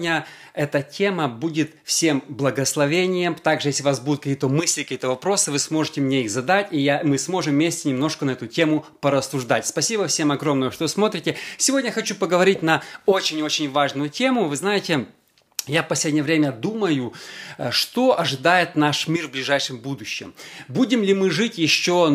сегодня эта тема будет всем благословением. Также, если у вас будут какие-то мысли, какие-то вопросы, вы сможете мне их задать, и мы сможем вместе немножко на эту тему порассуждать. Спасибо всем огромное, что смотрите. Сегодня я хочу поговорить на очень-очень важную тему. Вы знаете, я в последнее время думаю, что ожидает наш мир в ближайшем будущем. Будем ли мы жить еще,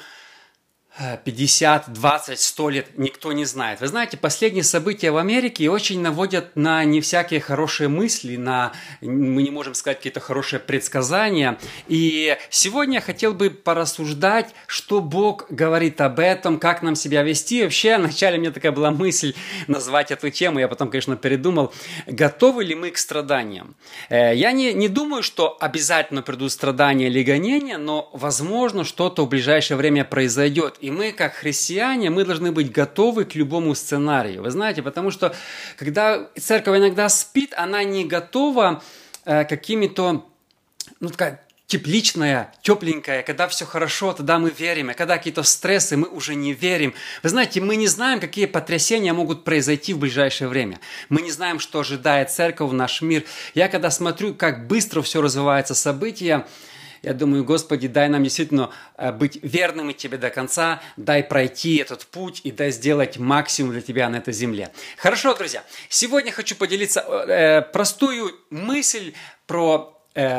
50, 20, 100 лет, никто не знает. Вы знаете, последние события в Америке очень наводят на не всякие хорошие мысли, мы не можем сказать какие-то хорошие предсказания. И сегодня я хотел бы порассуждать, что Бог говорит об этом, как нам себя вести. Вообще, вначале у меня такая была мысль назвать эту тему, я потом, конечно, передумал. Готовы ли мы к страданиям? Я не думаю, что обязательно придут страдания или гонения, но, возможно, что-то в ближайшее время произойдет. И мы, как христиане, мы должны быть готовы к любому сценарию. Вы знаете, потому что, когда церковь иногда спит, она не готова какими-то, такая тепличная, тепленькая, когда все хорошо, тогда мы верим, а когда какие-то стрессы, мы уже не верим. Вы знаете, мы не знаем, какие потрясения могут произойти в ближайшее время. Мы не знаем, что ожидает церковь, наш мир. Я когда смотрю, как быстро все развивается события, я думаю, Господи, дай нам действительно быть верными Тебе до конца, дай пройти этот путь и дай сделать максимум для Тебя на этой земле. Хорошо, друзья, сегодня хочу поделиться простую мысль про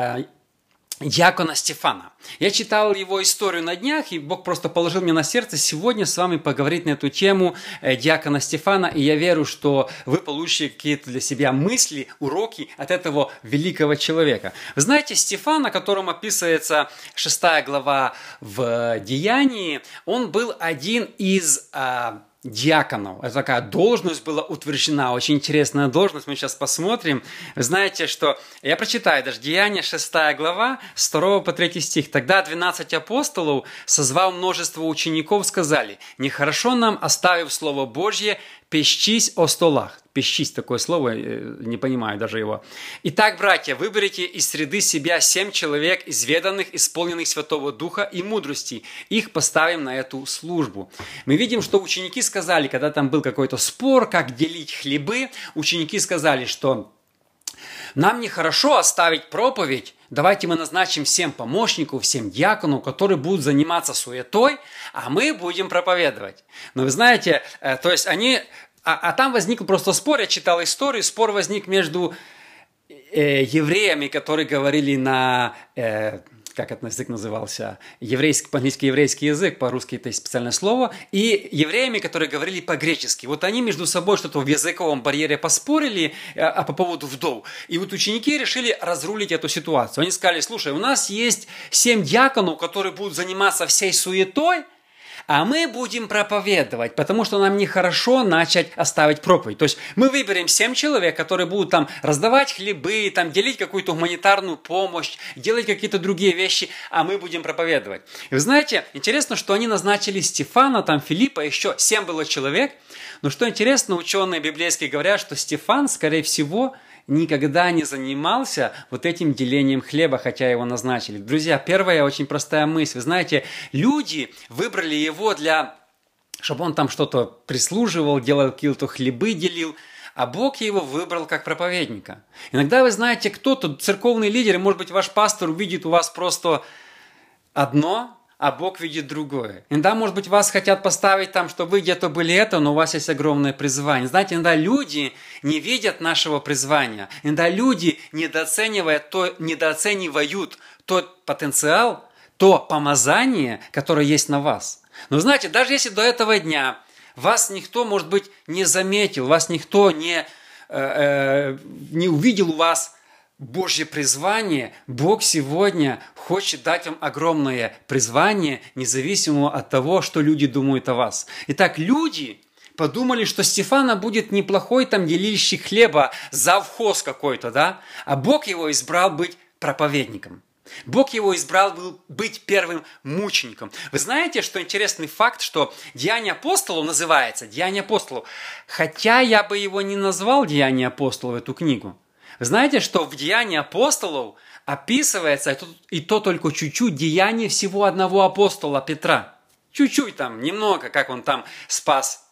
диакона Стефана. Я читал его историю на днях, и Бог просто положил мне на сердце сегодня с вами поговорить на эту тему диакона Стефана, и я верю, что вы получите какие-то для себя мысли, уроки от этого великого человека. Вы знаете, Стефан, о котором описывается 6 глава в Деянии, он был один из диаконов. Это такая должность была утверждена, очень интересная должность, мы сейчас посмотрим. Вы знаете, что, я прочитаю даже Деяния 6 глава, с 2 по 3 стих. «Тогда 12 апостолов, созвав множество учеников, сказали: нехорошо нам, оставив Слово Божье, пещись о столах». Пещись, такое слово, не понимаю даже его. «Итак, братья, выберите из среды себя 7 человек, изведанных, исполненных Святого Духа и мудрости. Их поставим на эту службу». Мы видим, что ученики сказали, когда там был какой-то спор, как делить хлебы, ученики сказали, что нам нехорошо оставить проповедь, давайте мы назначим 7 помощников, 7 диаконов, которые будут заниматься суетой, а мы будем проповедовать. Но вы знаете, то есть они... А там возник просто спор, я читал историю, спор возник между евреями, которые говорили на, как этот язык назывался, по-английски еврейский язык, по-русски это специальное слово, и евреями, которые говорили по-гречески. Вот они между собой что-то в языковом барьере поспорили по поводу вдов. И вот ученики решили разрулить эту ситуацию. Они сказали: слушай, у нас есть 7 диаконов, которые будут заниматься всей суетой, а мы будем проповедовать, потому что нам нехорошо начать оставить проповедь. То есть мы выберем 7 человек, которые будут там раздавать хлебы, там делить какую-то гуманитарную помощь, делать какие-то другие вещи, а мы будем проповедовать. И вы знаете, интересно, что они назначили Стефана, там Филиппа, еще 7 было человек. Но что интересно, ученые библейские говорят, что Стефан, скорее всего, никогда не занимался вот этим делением хлеба, хотя его назначили. Друзья, первая очень простая мысль. Вы знаете, люди выбрали его чтобы он там что-то прислуживал, делал какие-то хлебы, делил, а Бог его выбрал как проповедника. Иногда, вы знаете, кто-то, церковный лидер, может быть, ваш пастор увидит у вас просто одно, а Бог видит другое. Иногда, может быть, вас хотят поставить там, что вы где-то были это, но у вас есть огромное призвание. Знаете, иногда люди не видят нашего призвания. Иногда люди недооценивают тот потенциал, то помазание, которое есть на вас. Но знаете, даже если до этого дня вас никто, может быть, не заметил, вас никто не увидел у вас Божье призвание, Бог сегодня хочет дать вам огромное призвание, независимо от того, что люди думают о вас. Итак, люди подумали, что Стефана будет неплохой там делильщик хлеба, завхоз какой-то, да? А Бог его избрал быть проповедником. Бог его избрал быть первым мучеником. Вы знаете, что интересный факт, что Деяния апостолов называется Деяния апостолов, хотя я бы его не назвал Деяния апостолов, эту книгу. Вы знаете, что в Деянии апостолов описывается, и то только чуть-чуть, деяние всего одного апостола Петра. Чуть-чуть там, немного, как он там спас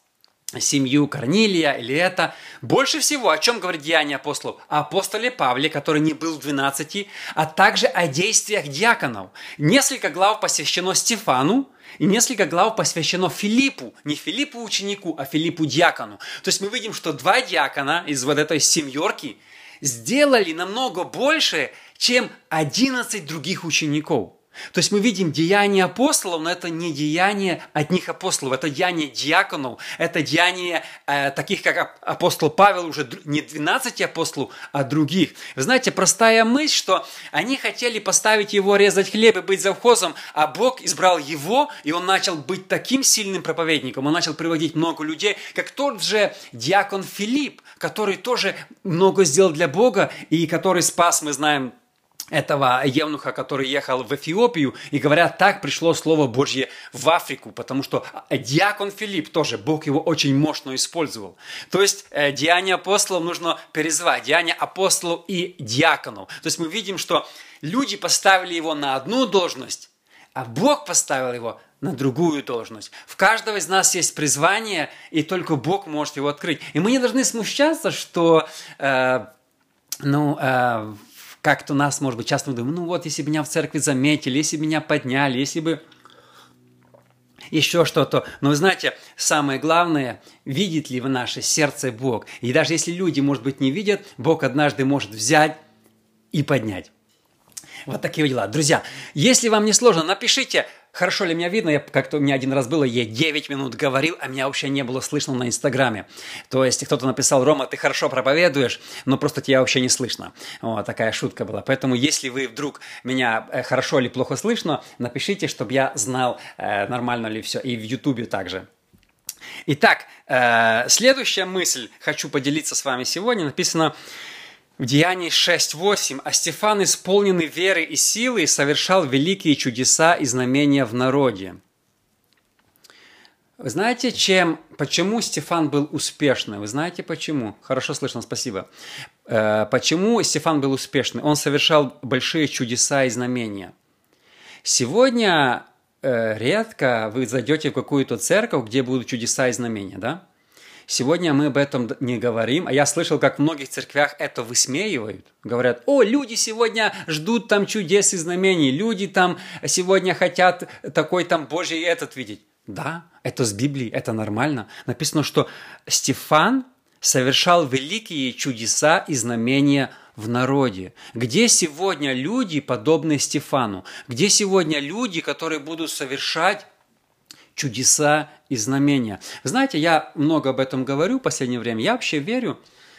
семью Корнилия или это. Больше всего о чем говорит Деяния апостолов? О апостоле Павле, который не был в 12, а также о действиях диаконов. Несколько глав посвящено Стефану, и несколько глав посвящено Филиппу. Не Филиппу ученику, а Филиппу диакону. То есть мы видим, что 2 диакона из вот этой семерки сделали намного больше, чем 11 других учеников. То есть мы видим деяния апостолов, но это не деяние одних апостолов, это деяние диаконов, это деяние таких, как апостол Павел, уже не 12 апостолов, а других. Вы знаете, простая мысль, что они хотели поставить его резать хлеб и быть завхозом, а Бог избрал его, и он начал быть таким сильным проповедником, он начал приводить много людей, как тот же диакон Филипп, который тоже много сделал для Бога, и который спас, мы знаем, этого евнуха, который ехал в Эфиопию, и говорят, так пришло Слово Божье в Африку, потому что диакон Филипп тоже, Бог его очень мощно использовал. То есть деяния апостолов нужно перезвать, деяния апостолов и диаконов. То есть мы видим, что люди поставили его на одну должность, а Бог поставил его на другую должность. В каждого из нас есть призвание, и только Бог может его открыть. И мы не должны смущаться, что как-то нас, может быть, часто мы думаем, если бы меня в церкви заметили, если бы меня подняли, если бы еще что-то. Но вы знаете, самое главное, видит ли в наше сердце Бог. И даже если люди, может быть, не видят, Бог однажды может взять и поднять. Вот такие дела. Друзья, если вам не сложно, напишите, хорошо ли меня видно. Как-то у меня один раз было, я 9 минут говорил, а меня вообще не было слышно на Инстаграме. То есть кто-то написал, Рома, ты хорошо проповедуешь, но просто тебя вообще не слышно. Вот такая шутка была. Поэтому если вы вдруг меня хорошо или плохо слышно, напишите, чтобы я знал, нормально ли все. И в Ютубе также. Итак, следующая мысль хочу поделиться с вами сегодня. Написано в Деянии 6:8. «А Стефан, исполненный веры и силы, совершал великие чудеса и знамения в народе». Вы знаете, почему Стефан был успешный? Вы знаете почему? Хорошо слышно, спасибо. Почему Стефан был успешный? Он совершал большие чудеса и знамения. Сегодня редко вы зайдете в какую-то церковь, где будут чудеса и знамения, да? Сегодня мы об этом не говорим, а я слышал, как в многих церквях это высмеивают. Говорят, люди сегодня ждут там чудес и знамений, люди там сегодня хотят такой там Божий этот видеть. Да, это с Библии, это нормально. Написано, что Стефан совершал великие чудеса и знамения в народе. Где сегодня люди, подобные Стефану? Где сегодня люди, которые будут совершать чудеса и знамения? Вы знаете, я много об этом говорю в последнее время. Я вообще верю,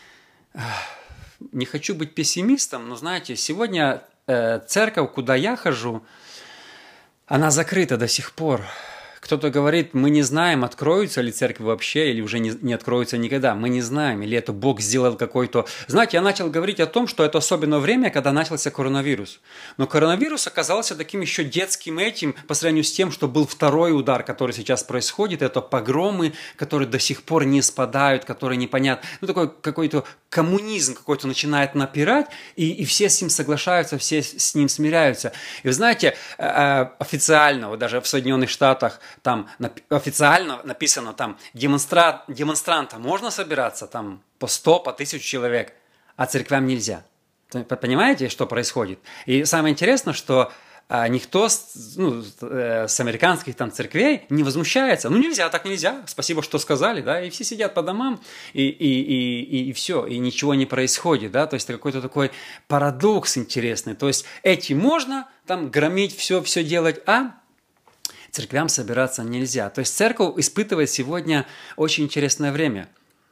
не хочу быть пессимистом, но знаете, сегодня церковь, куда я хожу, она закрыта до сих пор. Кто-то говорит, мы не знаем, откроются ли церкви вообще, или уже не откроются никогда. Мы не знаем, или это Бог сделал какой-то... Знаете, я начал говорить о том, что это особенно время, когда начался коронавирус. Но коронавирус оказался таким еще детским этим, по сравнению с тем, что был второй удар, который сейчас происходит. Это погромы, которые до сих пор не спадают, которые непонятно... такой какой-то коммунизм какой-то начинает напирать, и все с ним соглашаются, все с ним смиряются. И вы знаете, официально, вот даже в Соединенных Штатах, там официально написано, там демонстрантам можно собираться там по 100, по 1000 человек, а церквям нельзя. Понимаете, что происходит? И самое интересное, что никто с американских там церквей не возмущается. Нельзя, так нельзя, спасибо, что сказали, да, и все сидят по домам, и все, и ничего не происходит, да, то есть это какой-то такой парадокс интересный. То есть этим можно там громить, все делать, а церквям собираться нельзя. То есть церковь испытывает сегодня очень интересное время.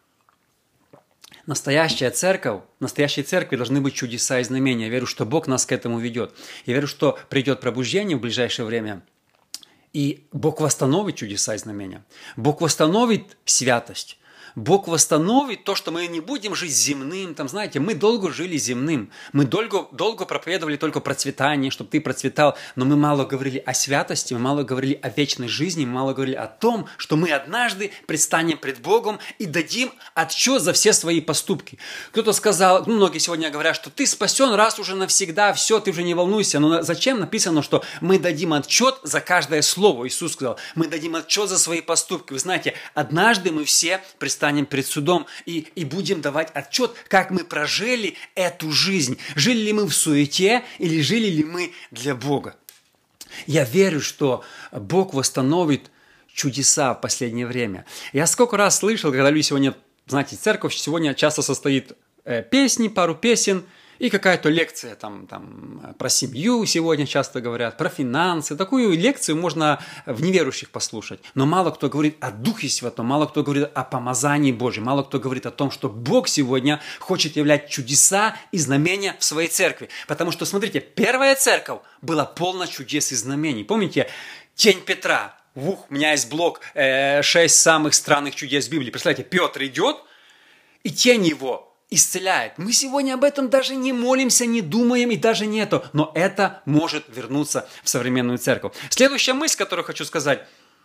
Настоящей церкви должны быть чудеса и знамения. Я верю, что Бог нас к этому ведет. Я верю, что придет пробуждение в ближайшее время, и Бог восстановит чудеса и знамения. Бог восстановит святость. Бог восстановит то, что мы не будем жить земным. Там, знаете, мы долго жили земным. Мы долго проповедовали только процветание, чтобы ты процветал. Но мы мало говорили о святости, мы мало говорили о вечной жизни, мы мало говорили о том, что мы однажды предстанем пред Богом и дадим отчет за все свои поступки. Кто-то сказал, многие сегодня говорят, что ты спасен раз уже навсегда, все, ты уже не волнуйся. Но зачем написано, что мы дадим отчет за каждое слово? Иисус сказал, мы дадим отчет за свои поступки. Вы знаете, однажды мы все предстанем пред судом и будем давать отчет, как мы прожили эту жизнь. Жили ли мы в суете или жили ли мы для Бога? Я верю, что Бог восстановит чудеса в последнее время. Я сколько раз слышал, когда люди сегодня, знаете, церковь сегодня часто состоит песни, пару песен, и какая-то лекция там про семью сегодня часто говорят, про финансы. Такую лекцию можно в неверующих послушать. Но мало кто говорит о Духе Святом, мало кто говорит о помазании Божьем, мало кто говорит о том, что Бог сегодня хочет являть чудеса и знамения в своей церкви. Потому что, смотрите, первая церковь была полна чудес и знамений. Помните, тень Петра? У меня есть блог 6 самых странных чудес Библии. Представляете, Петр идет, и тень его исцеляет. Мы сегодня об этом даже не молимся, не думаем и даже нету. Но это может вернуться в современную церковь. Следующая мысль, которую хочу сказать.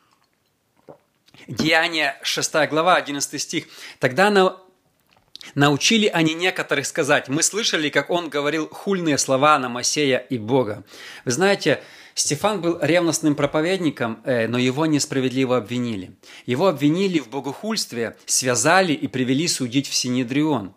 Деяния 6 глава, 11 стих. Тогда научили они некоторых сказать, мы слышали, как он говорил хульные слова на Моисея и Бога. Вы знаете, Стефан был ревностным проповедником, но его несправедливо обвинили. Его обвинили в богохульстве, связали и привели судить в Синедрион.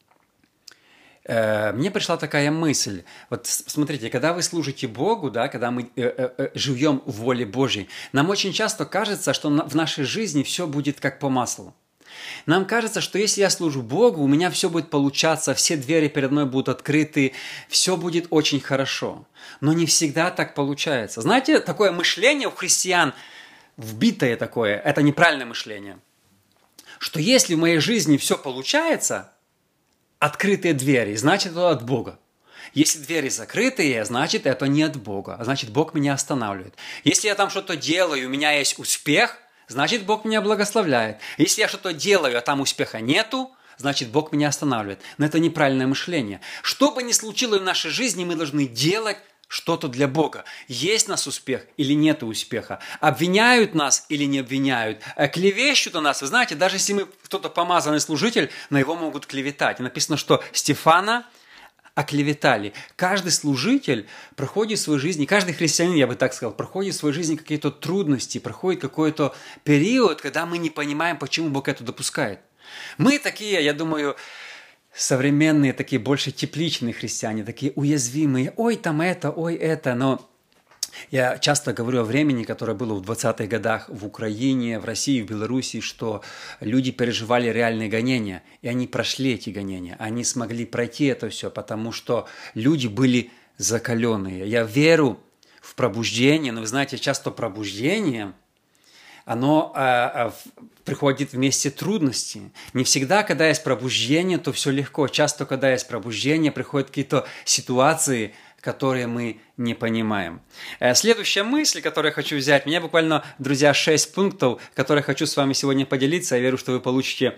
Мне пришла такая мысль. Вот смотрите, когда вы служите Богу, да, когда мы живем в воле Божьей, нам очень часто кажется, что в нашей жизни все будет как по маслу. Нам кажется, что если я служу Богу, у меня все будет получаться, все двери перед мной будут открыты, все будет очень хорошо. Но не всегда так получается. Знаете, такое мышление у христиан, вбитое такое, это неправильное мышление. Что если в моей жизни все получается, открытые двери, значит, это от Бога. Если двери закрытые, значит, это не от Бога, а значит, Бог меня останавливает. Если я там что-то делаю, у меня есть успех, значит, Бог меня благословляет. Если я что-то делаю, а там успеха нету, значит, Бог меня останавливает. Но это неправильное мышление. Что бы ни случилось в нашей жизни, мы должны делать что-то для Бога. Есть у нас успех или нет успеха? Обвиняют нас или не обвиняют? Клевещут на нас. Вы знаете, даже если мы кто-то помазанный служитель, на его могут клеветать. И написано, что Стефана оклеветали. Каждый служитель проходит в своей жизни, каждый христианин, я бы так сказал, проходит в своей жизни какие-то трудности, проходит какой-то период, когда мы не понимаем, почему Бог это допускает. Мы такие, я думаю, современные, такие больше тепличные христиане, такие уязвимые. Ой, там это, ой, это. Но я часто говорю о времени, которое было в 20-х годах в Украине, в России, в Беларуси, что люди переживали реальные гонения, и они прошли эти гонения. Они смогли пройти это все, потому что люди были закаленные. Я верю в пробуждение, но вы знаете, часто пробуждение, оно приходит вместе трудности. Не всегда, когда есть пробуждение, то все легко. Часто, когда есть пробуждение, приходят какие-то ситуации, которые мы не понимаем. Следующая мысль, которую я хочу взять, у меня буквально, друзья, 6 пунктов, которые хочу с вами сегодня поделиться. Я верю, что вы получите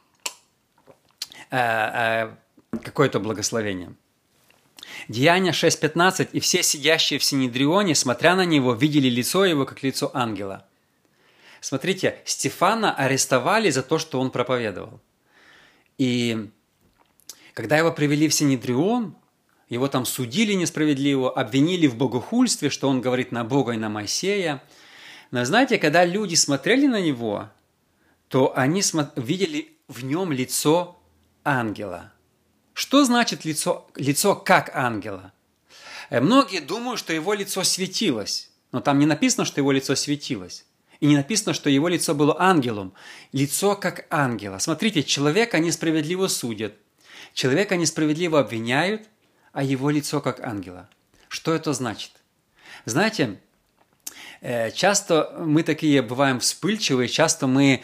какое-то благословение. Деяния 6:15. «И все сидящие в Синедрионе, смотря на него, видели лицо его, как лицо ангела». Смотрите, Стефана арестовали за то, что он проповедовал. И когда его привели в Синедрион, его там судили несправедливо, обвинили в богохульстве, что он говорит на Бога и на Моисея. Но знаете, когда люди смотрели на него, то они видели в нем лицо ангела. Что значит лицо как ангела? Многие думают, что его лицо светилось, но там не написано, что его лицо светилось. И не написано, что его лицо было ангелом. Лицо как ангела. Смотрите, человека несправедливо судят, человека несправедливо обвиняют, а его лицо как ангела. Что это значит? Знаете, часто мы такие бываем вспыльчивые, часто мы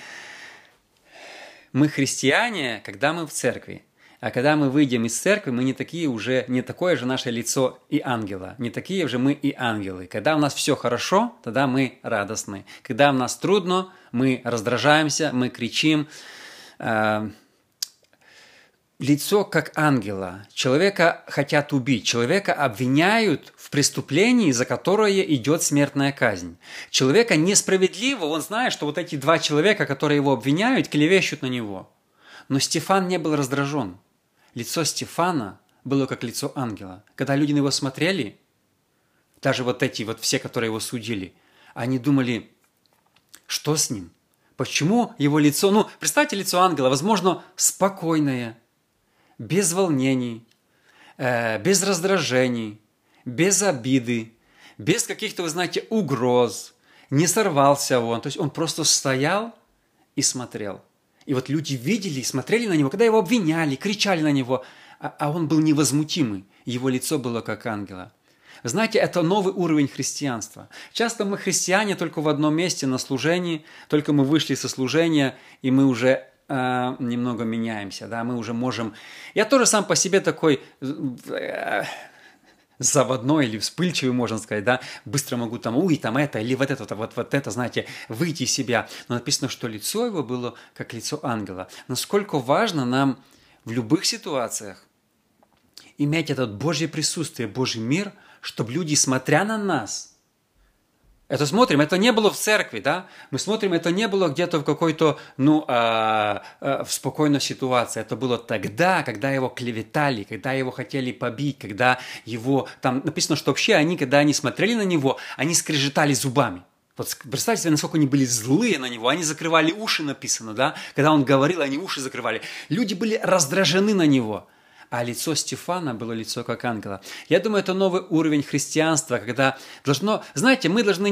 христиане, когда мы в церкви. А когда мы выйдем из церкви, мы не такое же наше лицо и ангела. Не такие же мы и ангелы. Когда у нас все хорошо, тогда мы радостны. Когда у нас трудно, мы раздражаемся, мы кричим, лицо как ангела. Человека хотят убить. Человека обвиняют в преступлении, за которое идет смертная казнь. Человека несправедливо, он знает, что вот эти два человека, которые его обвиняют, клевещут на него. Но Стефан не был раздражен. Лицо Стефана было как лицо ангела. Когда люди на него смотрели, даже вот эти вот все, которые его судили, они думали, что с ним? Почему его лицо, представьте лицо ангела, возможно, спокойное, без волнений, без раздражений, без обиды, без каких-то, вы знаете, угроз. Не сорвался он. То есть он просто стоял и смотрел. И вот люди видели и смотрели на него, когда его обвиняли, кричали на него, а он был невозмутимый. Его лицо было как ангела. Знаете, это новый уровень христианства. Часто мы христиане только в одном месте на служении, только мы вышли со служения, и мы уже немного меняемся, да, мы уже можем... Я тоже сам по себе такой заводной или вспыльчивый, можно сказать, да, быстро могу там это, или вот это, знаете, выйти из себя. Но написано, что лицо его было как лицо ангела. Насколько важно нам в любых ситуациях иметь это Божье присутствие, Божий мир, чтобы люди, смотря на нас, это смотрим, это не было в церкви, да? Мы смотрим, это не было где-то в какой-то, в спокойной ситуации. Это было тогда, когда его клеветали, когда его хотели побить, когда его, там написано, что вообще они, когда они смотрели на него, они скрежетали зубами. Вот представьте себе, насколько они были злые на него, они закрывали уши, написано, да? Когда он говорил, они уши закрывали. Люди были раздражены на него. А лицо Стефана было лицо как ангела. Я думаю, это новый уровень христианства, когда знаете, мы должны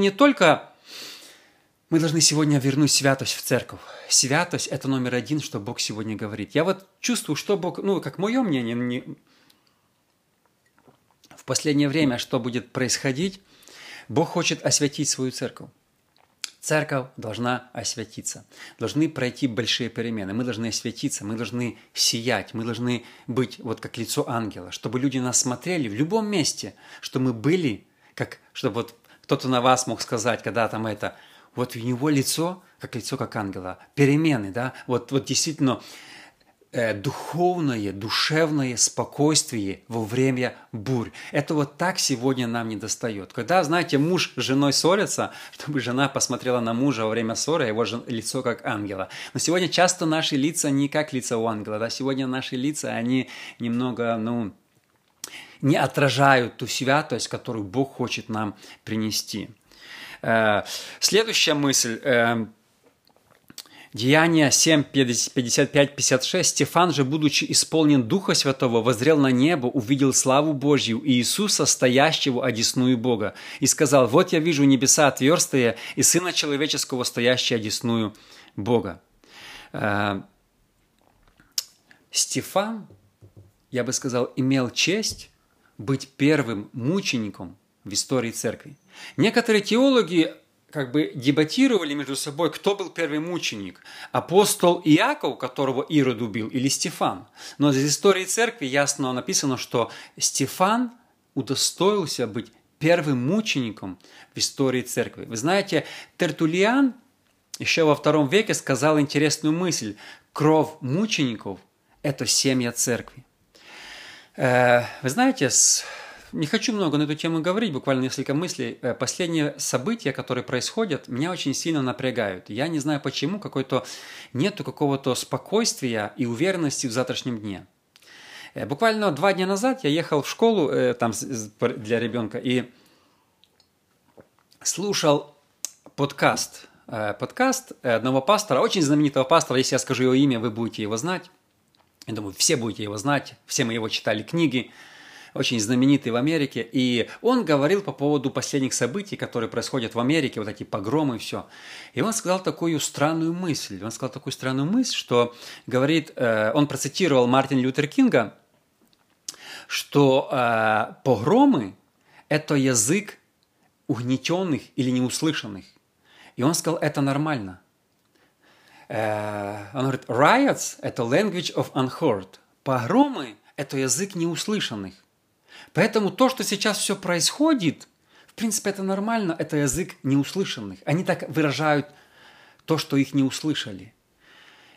сегодня вернуть святость в церковь. Святость – это номер один, что Бог сегодня говорит. Я вот чувствую, что Бог, как мое мнение, в последнее время, что будет происходить, Бог хочет освятить свою церковь. Церковь должна освятиться. Должны пройти большие перемены. Мы должны освятиться, мы должны сиять, мы должны быть вот как лицо ангела, чтобы люди нас смотрели в любом месте, что мы были, чтобы вот кто-то на вас мог сказать, когда там вот у него лицо как ангела. Перемены, да, вот действительно духовное, душевное спокойствие во время бурь. Это вот так сегодня нам недостает. Когда, знаете, муж с женой ссорятся, чтобы жена посмотрела на мужа во время ссоры, его лицо как ангела. Но сегодня часто наши лица не как лица у ангела. Да? Сегодня наши лица, они немного, не отражают ту святость, которую Бог хочет нам принести. Следующая мысль. Деяния 7, 55, 56. «Стефан же, будучи исполнен Духа Святого, воззрел на небо, увидел славу Божью и Иисуса, стоящего одесную Бога, и сказал: вот я вижу небеса отверстые и Сына Человеческого, стоящего одесную Бога». Стефан, я бы сказал, имел честь быть первым мучеником в истории церкви. Некоторые теологи дебатировали между собой, кто был первый мученик, апостол Иаков, которого Ирод убил, или Стефан. Но из истории церкви ясно написано, что Стефан удостоился быть первым мучеником в истории церкви. Вы знаете, Тертуллиан еще во II веке сказал интересную мысль: кровь мучеников – это семя церкви. Вы знаете, не хочу много на эту тему говорить, буквально несколько мыслей. Последние события, которые происходят, меня очень сильно напрягают. Я не знаю почему, нету какого-то спокойствия и уверенности в завтрашнем дне. Буквально 2 дня назад я ехал в школу для ребенка и слушал подкаст одного пастора, очень знаменитого пастора. Если я скажу его имя, вы будете его знать. Я думаю, все будете его знать, все мы его читали книги. Очень знаменитый в Америке, и он говорил по поводу последних событий, которые происходят в Америке, вот эти погромы и все. И он сказал такую странную мысль. Что говорит, он процитировал Мартина Лютера Кинга, что погромы – это язык угнетенных или неуслышанных. И он сказал, это нормально. Он говорит, riots – это language of unheard. Погромы – это язык неуслышанных. Поэтому то, что сейчас все происходит, в принципе, это нормально, это язык неуслышанных. Они так выражают то, что их не услышали.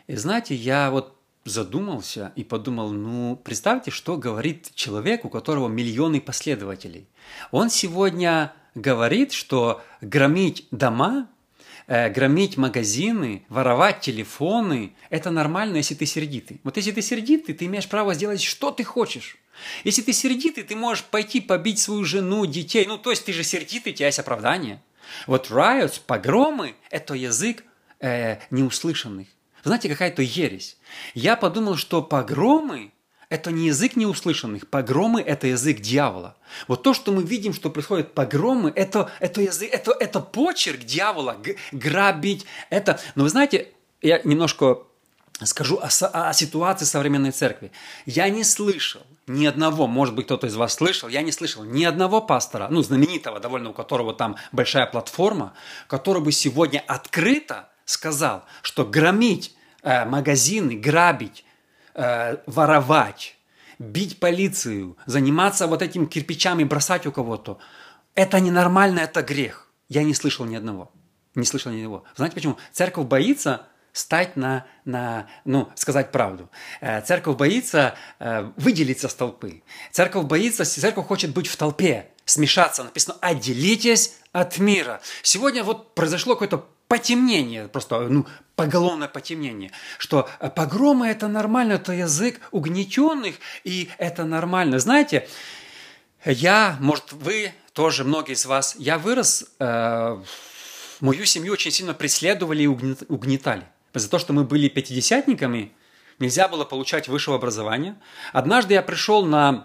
И знаете, я вот задумался и подумал, ну, представьте, что говорит человек, у которого миллионы последователей. Он сегодня говорит, что громить дома, громить магазины, воровать телефоны – это нормально, если ты сердитый. Вот если ты сердитый, ты имеешь право сделать, что ты хочешь. Если ты сердитый, ты можешь пойти побить свою жену, детей. Ну, то есть ты же сердитый, у тебя есть оправдание. Вот riots, погромы – это язык неуслышанных. Знаете, какая-то ересь. Я подумал, что погромы – это не язык неуслышанных. Погромы – это язык дьявола. Вот то, что мы видим, что происходит погромы, это почерк дьявола. Грабить – это… Но вы знаете, я немножко скажу о ситуации современной церкви. Я не слышал ни одного, может быть, кто-то из вас слышал, я не слышал ни одного пастора, ну, знаменитого довольно, у которого там большая платформа, который бы сегодня открыто сказал, что громить магазины, грабить, воровать, бить полицию, заниматься вот этим кирпичами, бросать у кого-то, это ненормально, это грех. Я не слышал ни одного. Не слышал ни одного. Знаете почему? Церковь боится стать сказать правду. Церковь боится выделиться с толпы. Церковь хочет быть в толпе, смешаться. Написано, отделитесь от мира. Сегодня вот произошло какое-то потемнение, просто поголовное потемнение, что погромы – это нормально, это язык угнетенных, и это нормально. Знаете, может, вы тоже, многие из вас, я вырос, мою семью очень сильно преследовали и угнетали. За то, что мы были пятидесятниками, нельзя было получать высшего образования. Однажды я пришел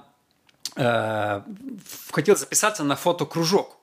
хотел записаться на фотокружок.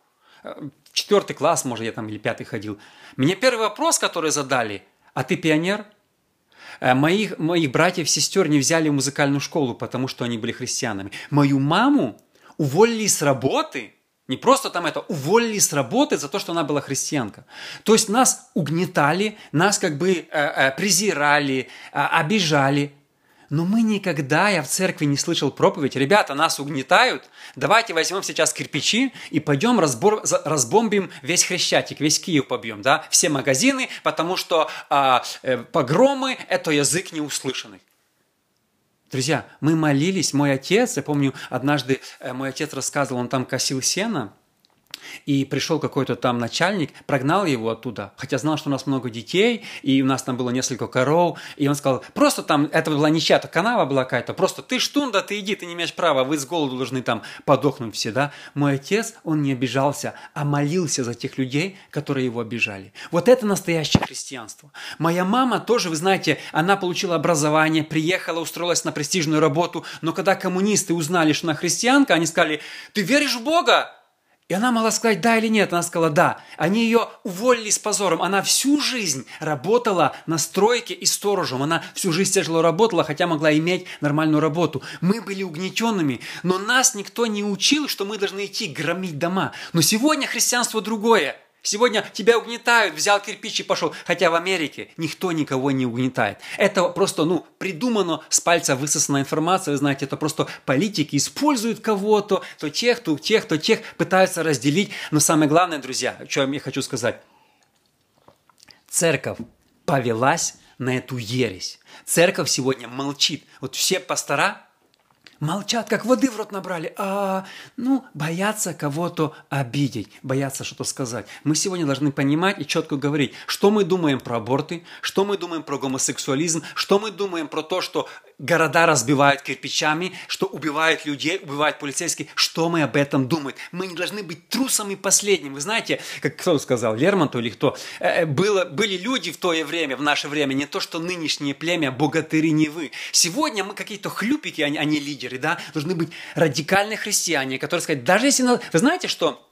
4 класс, может, я там или 5 ходил. Мне первый вопрос, который задали: а ты пионер? Моих братьев и сестер не взяли в музыкальную школу, потому что они были христианами. Мою маму уволили с работы, не просто уволили с работы за то, что она была христианка. То есть нас угнетали, нас презирали, обижали. Но мы никогда, я в церкви не слышал проповедь: ребята, нас угнетают, давайте возьмем сейчас кирпичи и пойдем разбомбим весь Хрещатик, весь Киев побьем, да? Все магазины, потому что погромы – это язык неуслышанный. Друзья, мы молились, мой отец, я помню, однажды мой отец рассказывал, он там косил сено, и пришел какой-то там начальник, прогнал его оттуда, хотя знал, что у нас много детей, и у нас там было несколько коров, и он сказал, просто там, это была не чья-то канава была какая-то, просто ты штунда, ты иди, ты не имеешь права, вы с голоду должны там подохнуть все, да. Мой отец, он не обижался, а молился за тех людей, которые его обижали. Вот это настоящее христианство. Моя мама тоже, вы знаете, она получила образование, приехала, устроилась на престижную работу, но когда коммунисты узнали, что она христианка, они сказали, ты веришь в Бога? И она могла сказать да или нет. Она сказала да. Они ее уволили с позором. Она всю жизнь работала на стройке и сторожем. Она всю жизнь тяжело работала, хотя могла иметь нормальную работу. Мы были угнетенными, но нас никто не учил, что мы должны идти громить дома. Но сегодня христианство другое. Сегодня тебя угнетают, взял кирпич и пошел. Хотя в Америке никто никого не угнетает. Это просто, придумано, с пальца высосанная информация. Вы знаете, это просто политики используют кого-то, то тех, пытаются разделить. Но самое главное, друзья, что я хочу сказать. Церковь повелась на эту ересь. Церковь сегодня молчит. Вот все пастора молчат, как воды в рот набрали, боятся кого-то обидеть, боятся что-то сказать. Мы сегодня должны понимать и четко говорить, что мы думаем про аборты, что мы думаем про гомосексуализм, что мы думаем про то, что города разбивают кирпичами, что убивают людей, убивают полицейских, что мы об этом думаем. Мы не должны быть трусами последним. Вы знаете, как кто сказал, Лермонтов или кто, были люди в то время, в наше время, не то, что нынешнее племя, богатыри Невы. Сегодня мы какие-то хлюпики, а не лидеры, да, должны быть радикальные христиане, которые сказать, даже если... Вы знаете, что...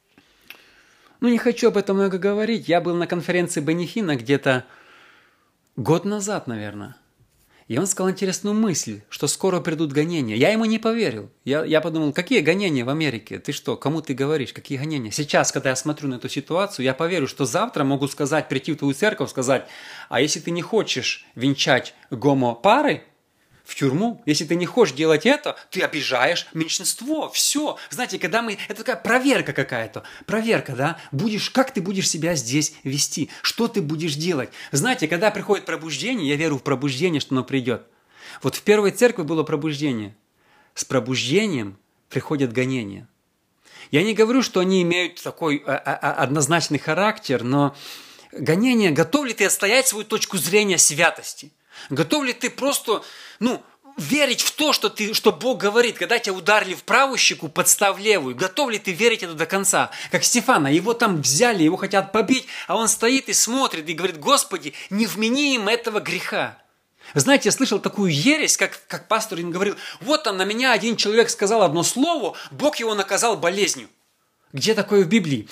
не хочу об этом много говорить. Я был на конференции Бенихина где-то год назад, наверное. И он сказал интересную мысль, что скоро придут гонения. Я ему не поверил. Я подумал, какие гонения в Америке? Ты что, кому ты говоришь? Какие гонения? Сейчас, когда я смотрю на эту ситуацию, я поверю, что завтра могут сказать, прийти в твою церковь, сказать, а если ты не хочешь венчать гомопары, в тюрьму. Если ты не хочешь делать это, ты обижаешь меньшинство. Все. Знаете, когда мы... Это такая проверка какая-то. Проверка, да? Как ты будешь себя здесь вести? Что ты будешь делать? Знаете, когда приходит пробуждение, я верю в пробуждение, что оно придет. Вот в первой церкви было пробуждение. С пробуждением приходят гонения. Я не говорю, что они имеют такой однозначный характер, но гонения, готов ли ты отстоять свою точку зрения святости? Готов ли ты просто, верить в то, что Бог говорит, когда тебя ударили в правую щеку, подстав левую? Готов ли ты верить это до конца? Как Стефана, его там взяли, его хотят побить, а он стоит и смотрит и говорит: Господи, не вмени им этого греха. Вы знаете, я слышал такую ересь, как пастор им говорил: вот там на меня один человек сказал одно слово, Бог его наказал болезнью. Где такое в Библии?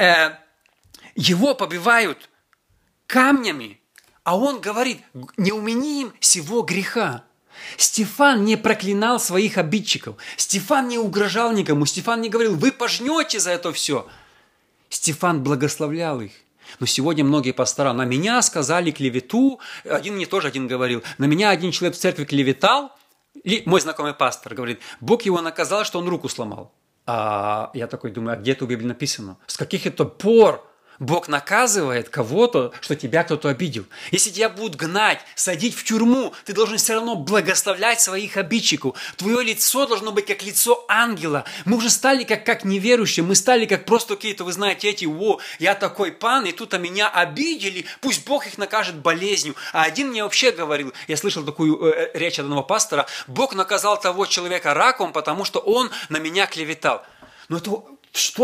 Его побивают камнями, а он говорит: не умени им сего греха. Стефан не проклинал своих обидчиков. Стефан не угрожал никому. Стефан не говорил: вы пожнете за это все. Стефан благословлял их. Но сегодня многие пастора: на меня сказали клевету. Один говорил: на меня один человек в церкви клеветал. И мой знакомый пастор говорит: Бог его наказал, что он руку сломал. А я такой думаю: а где это в Библии написано? С каких это пор Бог наказывает кого-то, что тебя кто-то обидел? Если тебя будут гнать, садить в тюрьму, ты должен все равно благословлять своих обидчиков. Твое лицо должно быть как лицо ангела. Мы уже стали как неверующие, мы стали как просто какие-то, вы знаете, я такой пан, и тут меня обидели, пусть Бог их накажет болезнью. А один мне вообще говорил, я слышал такую речь одного пастора: Бог наказал того человека раком, потому что он на меня клеветал. Но это... Что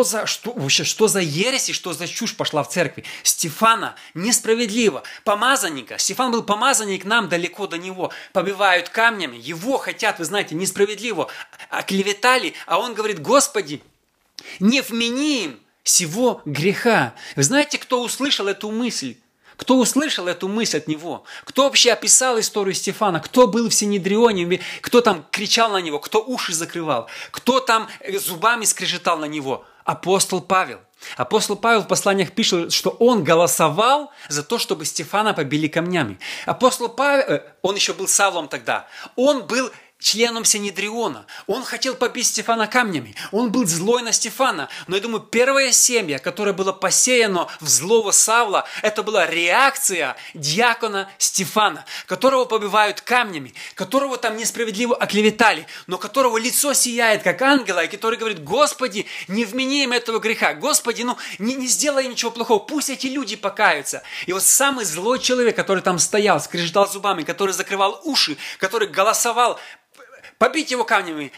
за ересь и что за чушь пошла в церкви? Стефана несправедливо. Помазанника. Стефан был помазанник, нам далеко до него. Побивают камнями. Его хотят, вы знаете, несправедливо. Оклеветали. А он говорит: Господи, не вмени им сего греха. Вы знаете, кто услышал эту мысль? Кто услышал эту мысль от него? Кто вообще описал историю Стефана? Кто был в Синедрионе? Кто там кричал на него? Кто уши закрывал? Кто там зубами скрежетал на него? Апостол Павел. Апостол Павел в посланиях пишет, что он голосовал за то, чтобы Стефана побили камнями. Апостол Павел, он еще был Савлом тогда, он был членом Синедриона. Он хотел побить Стефана камнями. Он был злой на Стефана. Но я думаю, первое семя, которое было посеяно в злого Савла, это была реакция диакона Стефана, которого побивают камнями, которого там несправедливо оклеветали, но которого лицо сияет, как ангела, и который говорит: Господи, не вмени им этого греха. Господи, не сделай ничего плохого. Пусть эти люди покаются. И вот самый злой человек, который там стоял, скрежетал зубами, который закрывал уши, который голосовал побить его камнями,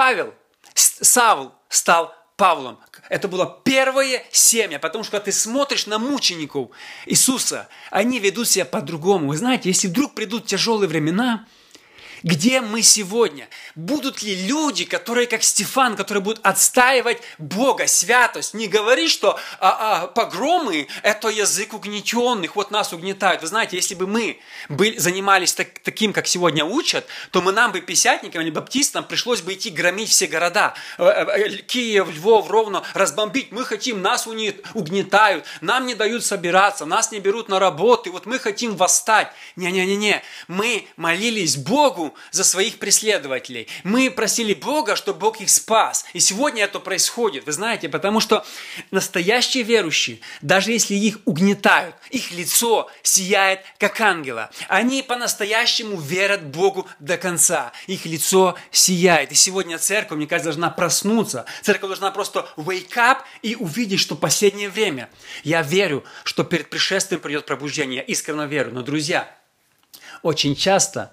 Савл стал Павлом. Это было первое семя, потому что когда ты смотришь на мучеников Иисуса, они ведут себя по-другому. Вы знаете, если вдруг придут тяжелые времена, где мы сегодня? Будут ли люди, которые, как Стефан, которые будут отстаивать Бога, святость? Не говори, что погромы – это язык угнетенных, вот нас угнетают. Вы знаете, если бы мы занимались таким, как сегодня учат, то нам бы, пятидесятникам или баптистам, пришлось бы идти громить все города. Киев, Львов, Ровно разбомбить. Мы хотим, нас угнетают, нам не дают собираться, нас не берут на работу, и вот мы хотим восстать. Не-не-не-не. Мы молились Богу за своих преследователей. Мы просили Бога, чтобы Бог их спас. И сегодня это происходит, вы знаете, потому что настоящие верующие, даже если их угнетают, их лицо сияет, как ангела. Они по-настоящему верят Богу до конца. Их лицо сияет. И сегодня церковь, мне кажется, должна проснуться. Церковь должна просто wake up и увидеть, что последнее время. Я верю, что перед пришествием придет пробуждение. Я искренне верю. Но, друзья, очень часто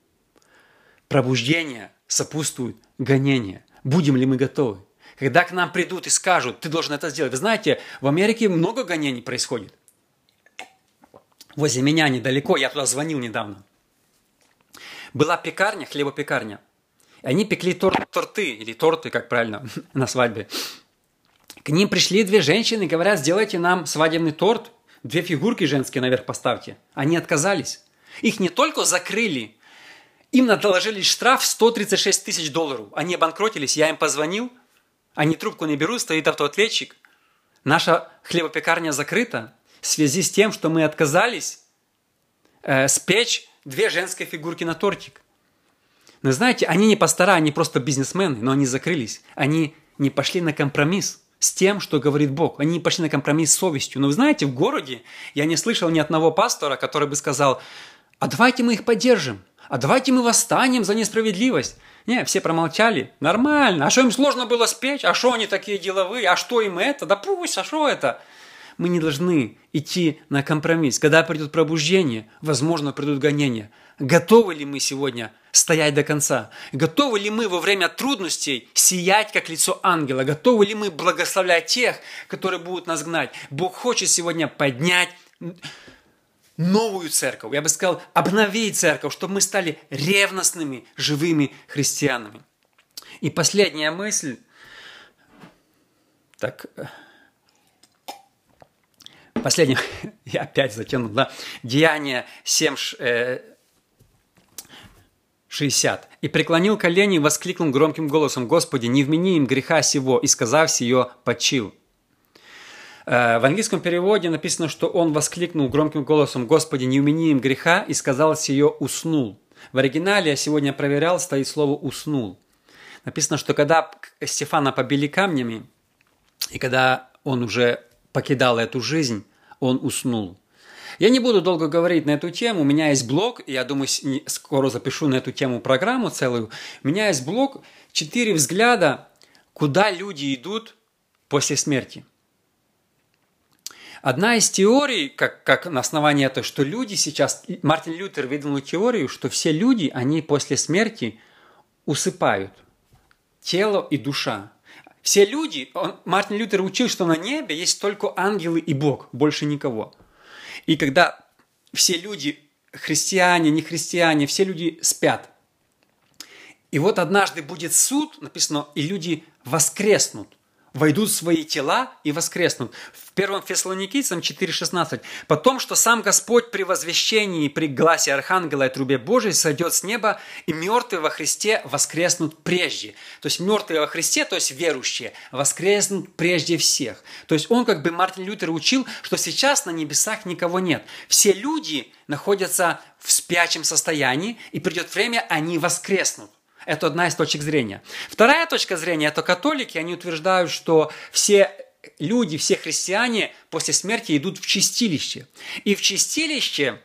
пробуждение сопутствует гонение. Будем ли мы готовы? Когда к нам придут и скажут: ты должен это сделать. Вы знаете, в Америке много гонений происходит. Возле меня недалеко, я туда звонил недавно. Была пекарня, хлебопекарня. И они пекли торты, или торты, как правильно, на свадьбе. К ним пришли две женщины и говорят: сделайте нам свадебный торт, 2 фигурки женские наверх поставьте. Они отказались. Их не только закрыли, им наложили штраф $136 тысяч. Они обанкротились, я им позвонил, они трубку не берут, стоит автоответчик. Наша хлебопекарня закрыта в связи с тем, что мы отказались спечь 2 женские фигурки на тортик. Но знаете, они не пастора, они просто бизнесмены, но они закрылись. Они не пошли на компромисс с тем, что говорит Бог. Они не пошли на компромисс с совестью. Но вы знаете, в городе я не слышал ни одного пастора, который бы сказал: а давайте мы их поддержим, а давайте мы восстанем за несправедливость. Не, все промолчали. Нормально. А что им сложно было спеть? А что они такие деловые? А что им это? Да пусть, а что это? Мы не должны идти на компромисс. Когда придет пробуждение, возможно, придут гонения. Готовы ли мы сегодня стоять до конца? Готовы ли мы во время трудностей сиять, как лицо ангела? Готовы ли мы благословлять тех, которые будут нас гнать? Бог хочет сегодня поднять новую церковь. Я бы сказал, обновить церковь, чтобы мы стали ревностными, живыми христианами. И последняя мысль. Последнее, я опять затянул, да? Деяние 7:60. «И преклонил колени и воскликнул громким голосом: Господи, не вмени им греха сего, и сказав сие, почил». В английском переводе написано, что он воскликнул громким голосом: Господи, не вмени им греха, и сказал сие, уснул. В оригинале, я сегодня проверял, стоит слово «уснул». Написано, что когда Стефана побили камнями, и когда он уже покидал эту жизнь, он уснул. Я не буду долго говорить на эту тему. У меня есть блог, я думаю, скоро запишу на эту тему программу целую. У меня есть блог «4 взгляда, куда люди идут после смерти». Одна из теорий, как на основании этого, что люди сейчас... Мартин Лютер выдвинул теорию, что все люди, они после смерти усыпают. Тело и душа. Все люди, Мартин Лютер учил, что на небе есть только ангелы и Бог, больше никого. И когда все люди, христиане, не христиане, все люди спят. И вот однажды будет суд, написано, и люди воскреснут, войдут в свои тела и воскреснут. В 1 Фессалоникийцам 4:16. «Потом, что сам Господь при возвещении, при гласе архангела и трубе Божией сойдет с неба, и мертвые во Христе воскреснут прежде». То есть мертвые во Христе, то есть верующие, воскреснут прежде всех. То есть он, как бы Мартин Лютер учил, что сейчас на небесах никого нет. Все люди находятся в спячем состоянии, и придет время, они воскреснут. Это одна из точек зрения. Вторая точка зрения – это католики. Они утверждают, что все люди, все христиане после смерти идут в чистилище. И в чистилище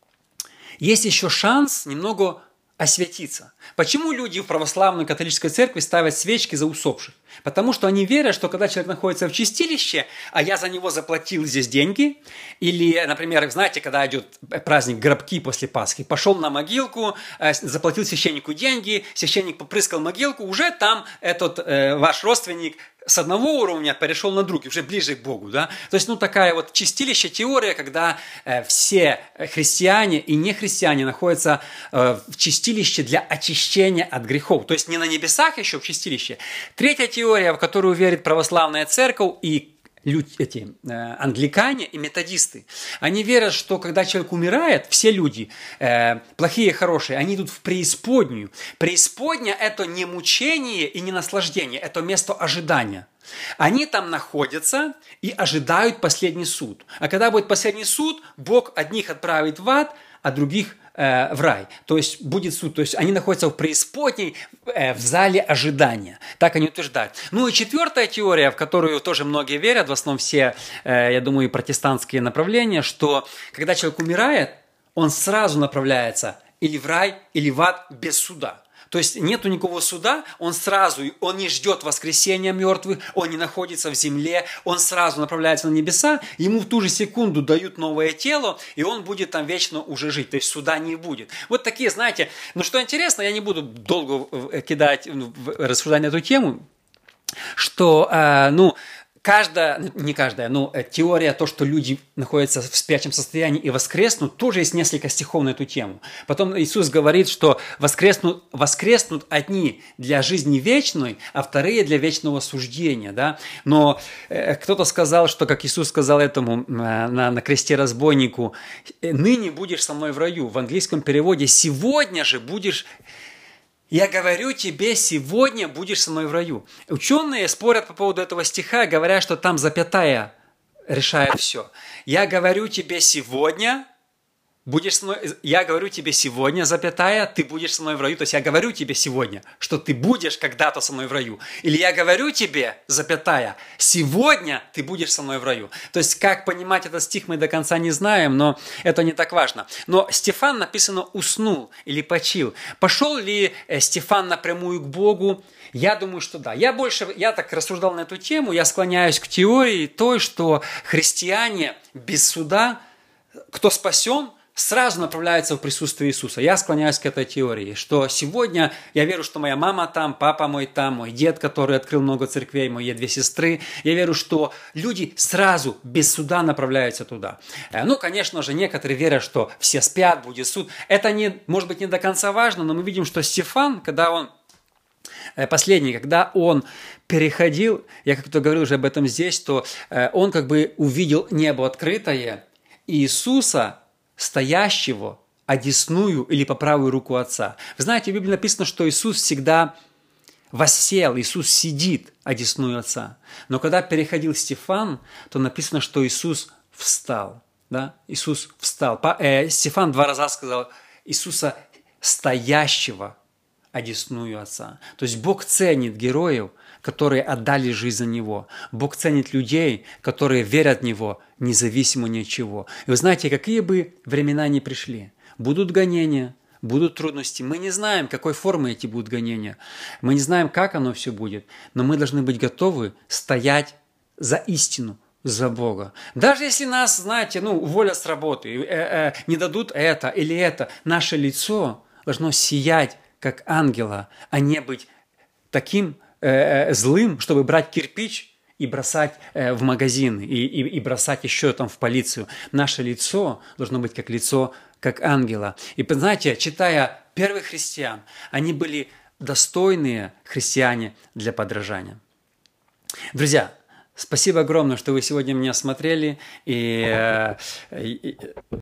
есть еще шанс немного освятиться. Почему люди в православной католической церкви ставят свечки за усопших? Потому что они верят, что когда человек находится в чистилище, а я за него заплатил здесь деньги, или, например, знаете, когда идет праздник гробки после Пасхи, пошел на могилку, заплатил священнику деньги, священник попрыскал могилку, уже там этот ваш родственник с одного уровня перешел на другой, уже ближе к Богу, да? То есть, такая вот чистилище теория, когда все христиане и нехристиане находятся в чистилище для очищения от грехов. То есть, не на небесах еще в чистилище. Третья теория, в которую верит православная церковь и англикане и методисты, они верят, что когда человек умирает, все люди, плохие и хорошие, они идут в преисподнюю. Преисподняя – это не мучение и не наслаждение, это место ожидания. Они там находятся и ожидают последний суд. А когда будет последний суд, Бог одних отправит в ад, а других в рай. То есть будет суд. То есть они находятся в преисподней, в зале ожидания. Так они утверждают. И четвертая теория, в которую тоже многие верят, в основном все, я думаю, протестантские направления, что когда человек умирает, он сразу направляется или в рай, или в ад без суда. То есть нету никакого суда, он не ждет воскресения мертвых, он не находится в земле, он сразу направляется на небеса, ему в ту же секунду дают новое тело, и он будет там вечно уже жить, то есть суда не будет. Вот такие, знаете, что интересно, я не буду долго кидать рассуждать на эту тему, что, теория, то, что люди находятся в спящем состоянии и воскреснут, тоже есть несколько стихов на эту тему. Потом Иисус говорит, что воскреснут одни для жизни вечной, а вторые для вечного суждения. Да? Но кто-то сказал, что, как Иисус сказал этому на кресте разбойнику, «Ныне будешь со мной в раю». В английском переводе «сегодня же будешь...» «Я говорю тебе, сегодня будешь со мной в раю». Ученые спорят по поводу этого стиха, говоря, что там запятая решает все. «Я говорю тебе сегодня будешь со мной, я говорю тебе сегодня, запятая, ты будешь со мной в раю. То есть я говорю тебе сегодня, что ты будешь когда-то со мной в раю. Или я говорю тебе, запятая, сегодня ты будешь со мной в раю. То есть как понимать этот стих мы до конца не знаем, но это не так важно. Но Стефан, написано, уснул или почил. Пошел ли Стефан напрямую к Богу? Я думаю, что да. Я так рассуждал на эту тему, я склоняюсь к теории той, что христиане без суда, кто спасен, сразу направляется в присутствие Иисуса. Я склоняюсь к этой теории, что сегодня я верю, что моя мама там, папа мой там, мой дед, который открыл много церквей, мои 2 сестры. Я верю, что люди сразу, без суда направляются туда. Ну, конечно же, некоторые верят, что все спят, будет суд. Это, может быть, не до конца важно, но мы видим, что Стефан, когда он переходил, я как-то говорил уже об этом здесь, то он как бы увидел небо открытое, и Иисуса, стоящего одесную или по правую руку Отца. Вы знаете, в Библии написано, что Иисус всегда воссел, Иисус сидит одесную Отца. Но когда переходил Стефан, то написано, что Иисус встал. Да? Иисус встал. Стефан 2 раза сказал Иисуса стоящего одесную Отца. То есть Бог ценит героев, которые отдали жизнь за Него. Бог ценит людей, которые верят в Него, независимо ни от чего. И вы знаете, какие бы времена ни пришли, будут гонения, будут трудности. Мы не знаем, какой формы эти будут гонения. Мы не знаем, как оно все будет. Но мы должны быть готовы стоять за истину, за Бога. Даже если нас, знаете, уволят с работы, не дадут это или это, наше лицо должно сиять, как ангела, а не быть таким злым, чтобы брать кирпич и бросать в магазин, и бросать еще там в полицию. Наше лицо должно быть как лицо, как ангела. И, знаете, читая первых христиан, они были достойные христиане для подражания. Друзья, спасибо огромное, что вы сегодня меня смотрели. И